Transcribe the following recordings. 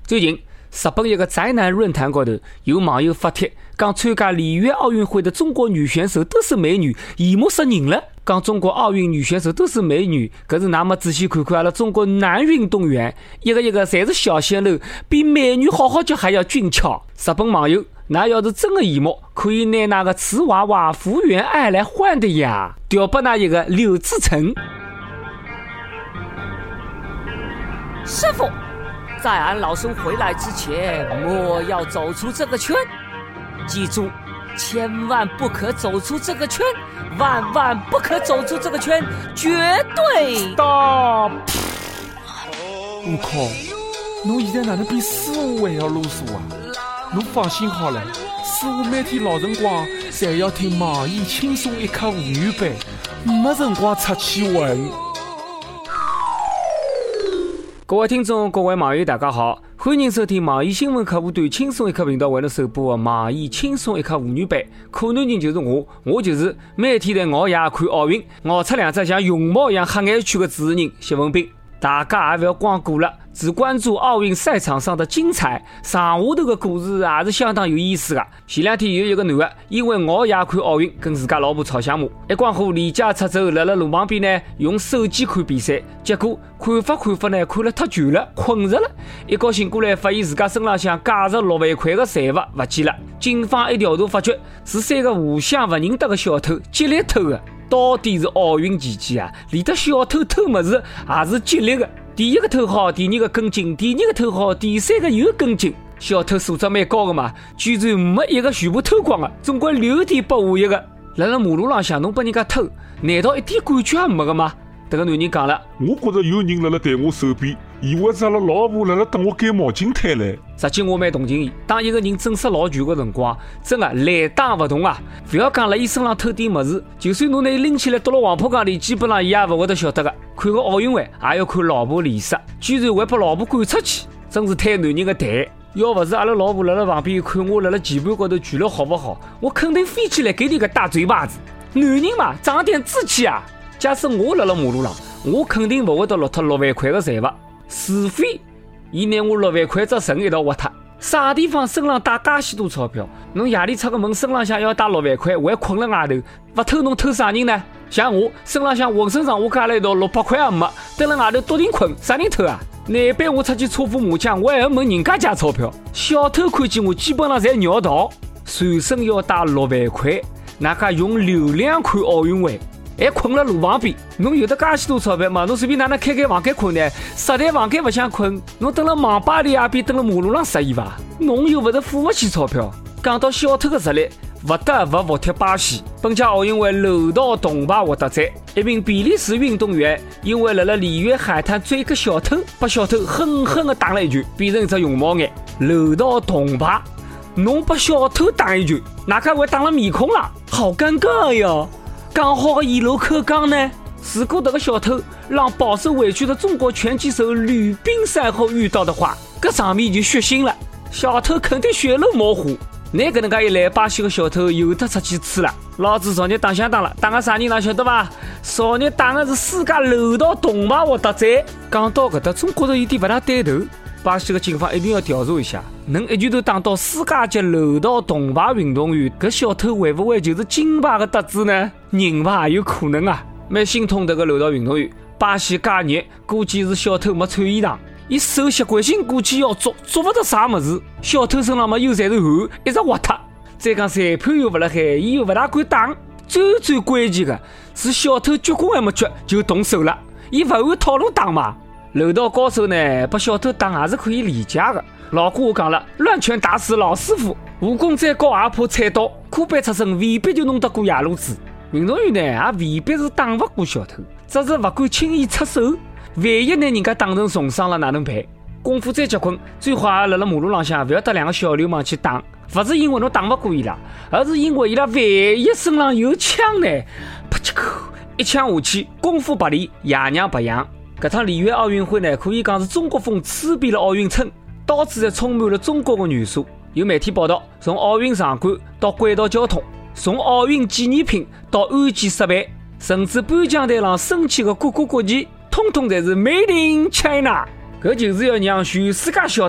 最近日本一个宅男论坛高头有网友发帖讲参加里约奥运会的中国女选手都是美女，羡慕死人了。讲中国奥运女选手都是美女，可是那么仔细看看阿拉中国男运动员，一个侪是小鲜肉，比美女好叫还要俊俏。日本网友，那要是真的羡慕，可以拿那个瓷娃娃福原爱来换的呀，调拨那一个柳智成。 师傅，在俺老孙回来之前，莫要走出这个圈，记住，千万不可走出这个圈，万万不可走出这个圈，绝对。 Stop！ 我靠，侬现在哪能比师傅还要啰嗦啊？侬放心好了，师傅每天老辰光侪要听网易轻松一刻妇女版，没辰光出去混。 各位听众，各位网友，大家好，欢迎收听网易新闻客户端轻松一刻频道为侬首播的网易轻松一刻妇女版。可能人就是我就是每天在熬夜看奥运，熬出两只像熊猫一样黑眼圈的主持人谢文斌。大家也不要光顾了，只关注奥运赛场上的精彩，上下头的故事也是相当有意思的。前两天有一个男的因为熬夜看奥运跟自家老婆吵相骂，一光火离家出走，辣路旁边呢用手机看比赛，结果看法呢看了太久了，困着了，一觉醒过来发现自家身上向价值6万块的财物不见了。警方一调查发觉是3个互相不认得的小偷接力偷的。到底是奥运期间啊，连得小偷偷么子也是接力的。第一个偷好，第二个跟进，第二个偷好，第三个又跟进。小偷素质蛮高的嘛，居然没一个全部偷光的，总归留点拨我一个。辣辣马路浪向侬拨人家偷，难道一点感觉也没的吗？这个男人讲了， 我觉着有人辣辣抬我手边，以为是阿拉老婆辣辣等我改毛巾摊嘞。 实际我蛮同情伊，当一个人正势老全的辰光，真的来打不动啊！不要讲了，伊身上偷点么子，就算侬拿伊拎起来丢到黄浦江里，基本上伊也不会得晓得的。看个奥运会也要看老婆脸色，居然会把老婆赶出去，真是摊男人的蛋。要不是阿拉老婆辣辣旁边看我辣辣棋盘高头举了好不好，我肯定飞起来给你个大嘴巴子。男人嘛，长点志气啊！假使我辣辣马路上，我肯定不会得落脱6万块的财物，除非伊拿我6万块只绳一道挖脱。啥地方身上带介许多钞票，侬夜里出个门身浪向要带6万块，还困了外头，不偷侬偷啥人呢？像我身浪向浑身上我加了一道600块也没，蹲辣外头笃定困，啥人偷啊？哪般我出去搓副麻将，我还要问人家借钞票。小偷看见我基本上侪绕道，随身要带6万块，哪家用流量看奥运会？还困了路旁边，侬有得介许多钞票嘛？侬随便哪能开房间困呢？实在房间不想困，侬蹲了网吧里也比蹲了马路上适意吧？侬又不是付不起钞票。讲到小偷的实力，不得不服帖巴西。本届奥运会楼道铜牌获得者，一名比利时运动员因为辣辣里约海滩追个小偷，把小偷狠狠地打了一拳，变成一只熊猫眼。楼道铜牌，侬把小偷打一拳，哪个会打了面孔了？好尴尬呀！刚好的1楼课纲呢？如果这个小偷让饱受委屈的中国拳击手吕冰赛后遇到的话，这上面就血腥了，小偷肯定血肉模糊。那个能介一来，巴西的小偷有得出去吃了。老子昨日打相当了，打个啥人哪晓得吧？昨日打的是世界楼道铜牌获得者。讲到搿搭，总觉得有点不大对头。巴西的警方一定要调查一下，能一拳头打到世界级楼道铜牌运动员，搿小偷会不会就是金牌的得主呢？人吧也有可能啊！蛮心痛这个楼道运动员，巴西介热，估计是小偷没穿衣裳，伊手习惯性估计要捉不得啥么子。小偷身上嘛又侪是汗，一直滑脱。再讲裁判又不辣海，伊又不大敢打。最关键的是小偷鞠躬还没鞠就动手了，伊不按套路打嘛。楼道高手呢，把小偷打也是可以理解的。老古我讲了，乱拳打死老师傅，武功再高也怕菜刀，苦板出身未必就弄得过野路子。运动员呢也未必是打不过小偷，只是不敢轻易出手。万一拿人家打成重伤了哪能办？功夫再结棍，最好也辣辣马路浪向不要得2个小流氓去打，不是因为侬打不过伊拉，而是因为伊拉万一身上有枪呢，啪叽口一枪下去，功夫不离，爷娘不养。这趟里约奥运会呢，可以讲是中国风吹遍了奥运村，到处侪充满了中国的元素。有媒体报道，从奥运场馆到轨道交通，从奥运纪念品到安检设备，甚至颁奖台上升起的各国国旗，统统侪是 Made in China。搿就是要让全世界晓得，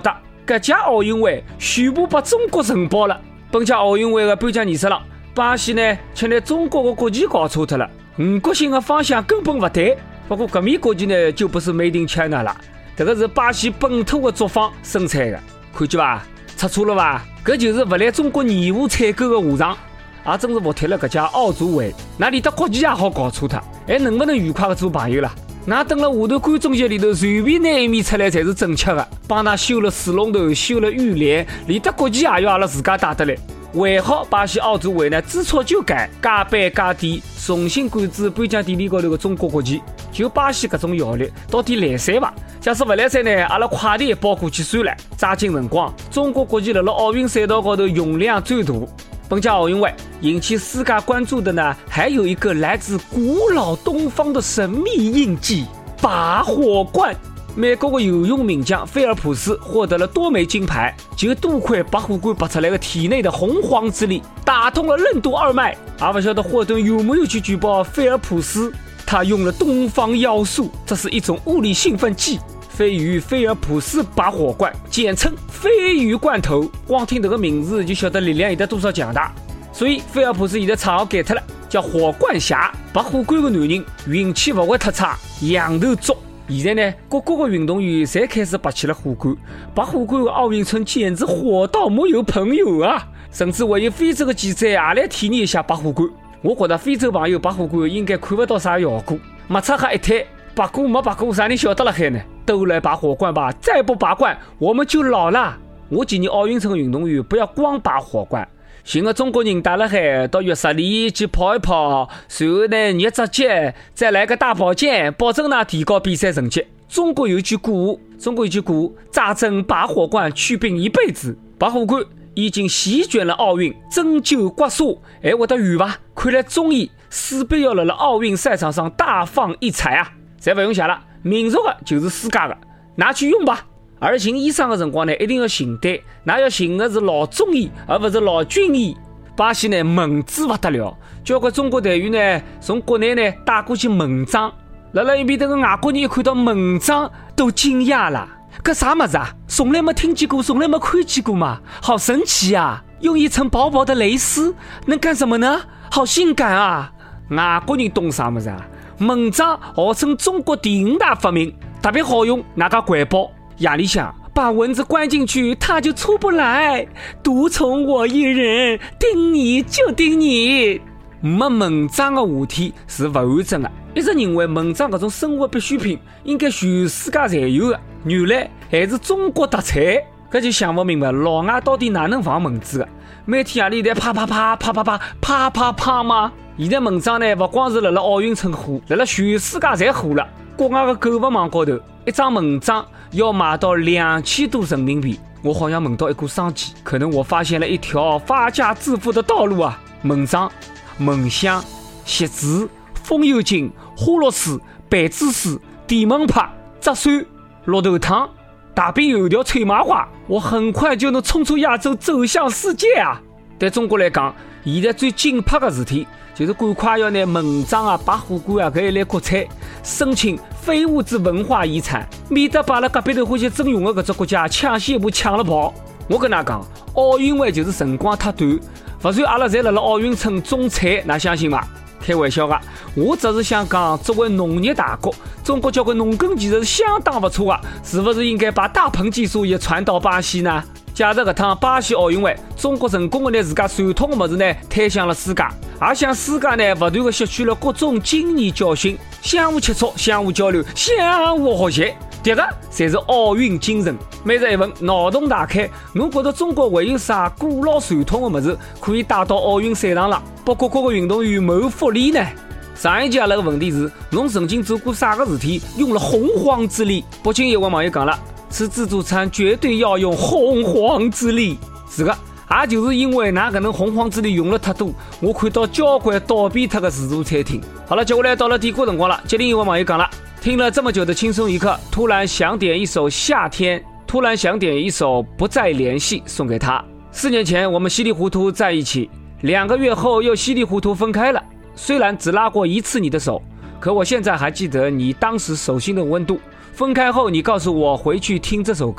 这届奥运会全部把中国承包了。本届奥运会的颁奖仪式上，巴西呢却拿中国的国旗搞错了，五角星的方向根本不对。不过这面国旗呢就不是 Made in China 了，这个是巴西本土的作坊生产的，看见吧？出错了吧？这就是不来中国义务采购的下场。也真是服贴了这届奥组委，那里的国旗也好搞错它，还能不能愉快的做朋友了？那等了下头观众席里头随便拿一面出来才是正确的，帮他修了水龙头，修了浴帘，连的国旗也要阿拉自家带得来。还好巴西奥组委呢知错就改，加班加点，重新管制颁奖典礼高头的中国国旗。就巴西这种效率，到底来塞吧？假使不来塞呢，阿拉快点包过去算了，抓紧辰光，中国国旗辣辣奥运赛道高头用量最大。本届奥运会引起世界关注的呢，还有一个来自古老东方的神秘印记——拔火罐。美国的游泳名将菲尔普斯获得了多枚金牌，就多亏拔火罐拔出来的体内的洪荒之力，打通了任督二脉。而不晓得霍顿有没有去举报菲尔普斯？他用了东方妖术，这是一种物理兴奋剂。飞鱼菲尔普斯拔火罐，简称飞鱼罐头。光听这个名字就晓得力量有得多少强大。所以菲尔普斯现在绰号改脱了，叫火罐侠。拔火罐的男人运气不会太差，仰头足。现在呢，各国的运动员侪开始拔起了火罐。拔火罐的奥运村简直火到没有朋友啊！甚至还有非洲的记者也来体验一下拔火罐。我觉得非洲朋友拔火罐应该看不到啥效果，没擦黑一滩。拔过没拔过，啥人晓得了海呢？都来拔火罐吧！再不拔罐，我们就老了。我建议奥运村的运动员不要光拔火罐，寻个中国人带了海到浴室里去泡一泡，随后呢捏只脚，再来个大保健，保证呢提高比赛成绩。中国有句古物，扎针拔火罐，祛病一辈子。拔火罐已经席卷了奥运，针灸刮痧，还会得远吧？看来中医势必要在奥运赛场上大放异彩啊！再不用想了，民族的就是世界的，拿去用吧。而寻医生的辰光呢，一定要寻对，那要寻的是老中医，而不是老军医。巴西呢，猛子不得了，交关中国队员呢，从国内呢带过去猛章，辣一边这个外国人一看到猛章都惊讶了，这啥么子啊？从来没听见过，从来没看见过嘛，好神奇啊！用一层薄薄的蕾丝能干什么呢？好性感啊！外国人懂啥么子啊？猛章号称中国第5大发明，特别好用，哪个环保？夜里向把蚊子关进去，它就出不来，独宠我一人，叮你就叮你。没猛章的话题是不完整的，一直认为猛章这种生活必需品应该全世界侪有的，原来还是中国特产。这就想不明白老外到底哪能防蚊子的？每天夜里在啪啪啪啪啪啪啪啪啪吗？现在猛章呢，不光是辣奥运村火，辣全世界侪火了。国外的购物网高头，一张猛章要卖到2000多人民币。我好像闻到一股商机，可能我发现了一条发家致富的道路啊！猛章、蚊香、锡纸、风油精、花露水、白芝士、电蚊拍、扎蒜、绿豆汤、大饼油条、脆麻花，我很快就能冲出亚洲，走向世界啊！对中国来讲，现在最紧迫的事体就是赶快要拿猛章啊、拔火罐啊这一类国产申请非物质文化遗产，免得把了隔壁头欢喜征用的这个国家抢先一步抢了跑。我跟他讲，奥运会就是辰光太短，不然阿拉侪辣奥运村种菜，哪相信吗？开玩笑的，我只是想讲，作为农业大国，中国交关农耕技术是相当不错的，是不是应该把大棚技术也传到巴西呢？假设这趟巴西奥运会，中国成功的拿自家传统的物事呢推向了世界，也向世界呢不断的吸取了各种经验教训，相互切磋、相互交流、相互学习，这个才是奥运精神。每日一问，脑洞大开，侬觉得中国还有啥古老传统的物事可以带到奥运赛场上，拨各国的运动员谋福利呢？上一集阿拉个问题是，侬曾经做过啥个事体用了洪荒之力？北京有位网友讲了，吃自助餐绝对要用洪荒之力。是的，也就是因为那可能洪荒之力用了太多，我看到交关倒闭脱的自助餐厅。好了，接下来到了点歌辰光了。接另一位网友讲了，听了这么久的轻松一刻，突然想点一首夏天，突然想点一首不再联系送给他。4年前我们稀里糊涂在一起，2个月后又稀里糊涂分开了。虽然只拉过1次你的手，可我现在还记得你当时手心的温度。分开后你告诉我回去听这首歌，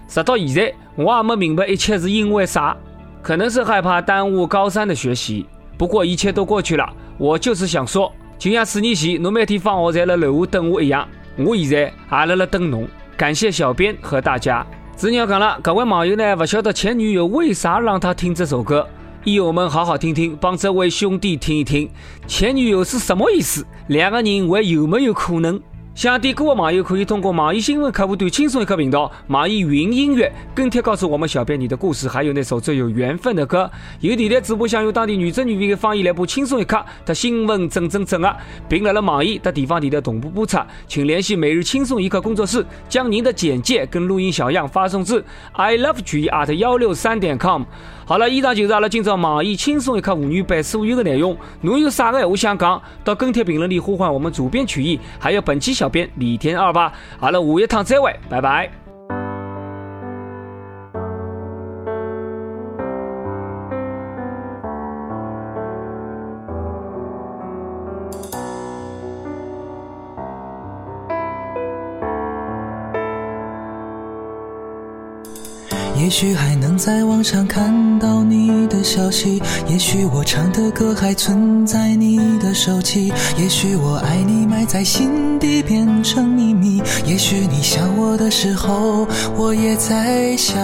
直到现在我也没明白一切是因为啥，可能是害怕耽误高三的学习。不过一切都过去了，我就是想说，就像4年前侬每天放学在了楼下等我一样，我现在也辣等侬。感谢小编和大家。子鸟讲了，各位网友呢不晓得前女友为啥让他听这首歌，友们好好听听，帮这位兄弟听一听，前女友是什么意思，两个人还有没有可能？想点歌的网友可以通过网易新闻客户端轻松一刻频道、网易云音乐跟帖告诉我们小编你的故事，还有那首最有缘分的歌。有电台主播想用当地原汁原味的方言来播轻松一刻的新闻整啊，并来了网易的地方电台同步播出，请联系每日轻松一刻工作室，将您的简介跟录音小样发送至 iLoveGY@163.com。好了，以上就是阿拉今朝网易轻松一刻妇女版所有的内容。侬有啥个闲话想讲，到跟帖评论里呼唤我们主编曲艺，还有本期小编李天二吧。阿拉下一趟再会，拜拜。 也许还能在网上看到你的消息，也许我唱的歌还存在你的手机，也许我爱你埋在心底变成秘密，也许你想我的时候我也在想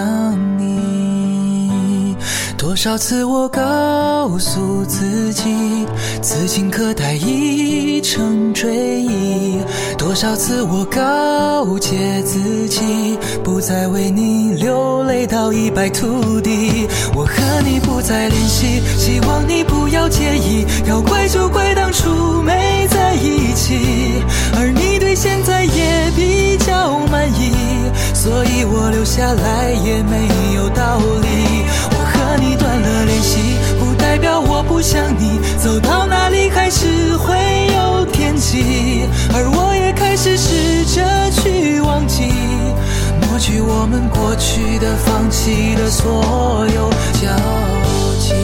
你。多少次我告诉自己，此情可待已成追忆，多少次我告诫自己，不再为你流泪到一败涂地。我和你不再联系，希望你不要介意，要怪就怪当初没在一起，而你对现在也比较满意，所以我留下来也没有道理。我和你断了联系，不代表我不想你，走到哪里还是会有天际，而我也开始试着去忘记，抹去我们过去的放弃的所有交集。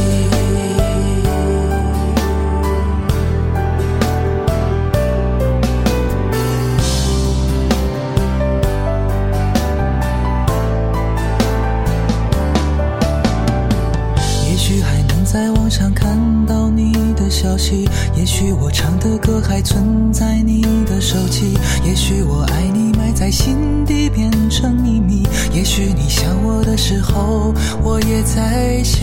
在网上看到你的消息，也许我唱的歌还存在你的手机，也许我爱你埋在心底变成秘密，也许你想我的时候我也在想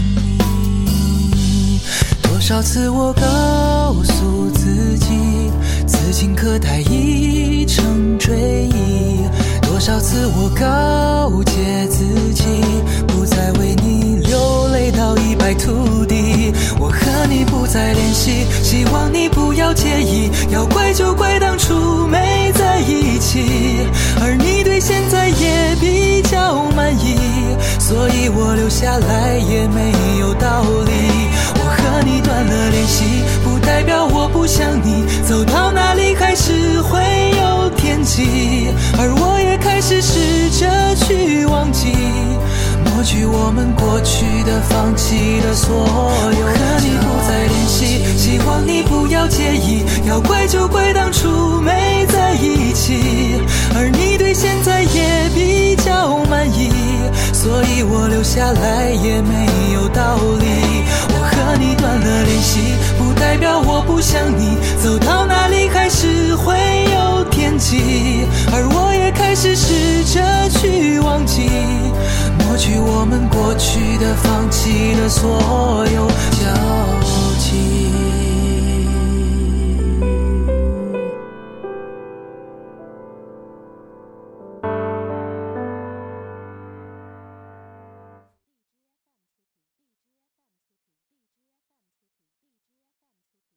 你。多少次我告诉自己，此情可待已成追忆，多少次我告诫自己，不再为你流泪到一败涂地。我和你不再联系，希望你不要介意，要怪就怪当初没在一起，而你对现在也比较满意，所以我留下来也没有道理。我和你断了联系，不代表我不想你，走到哪里还是会有天际，而我也开始试着去忘记，抹去我们过去的放弃的所有。我和你不再联系，希望你不要介意，要怪就怪当初没在一起，而你对现在也比较满意，所以我留下来也没有道理。我和你断了联系，不代表我不想你，走到哪里还是会有天际，而我也开始试着去忘记，抹去我们过去的放弃的所有交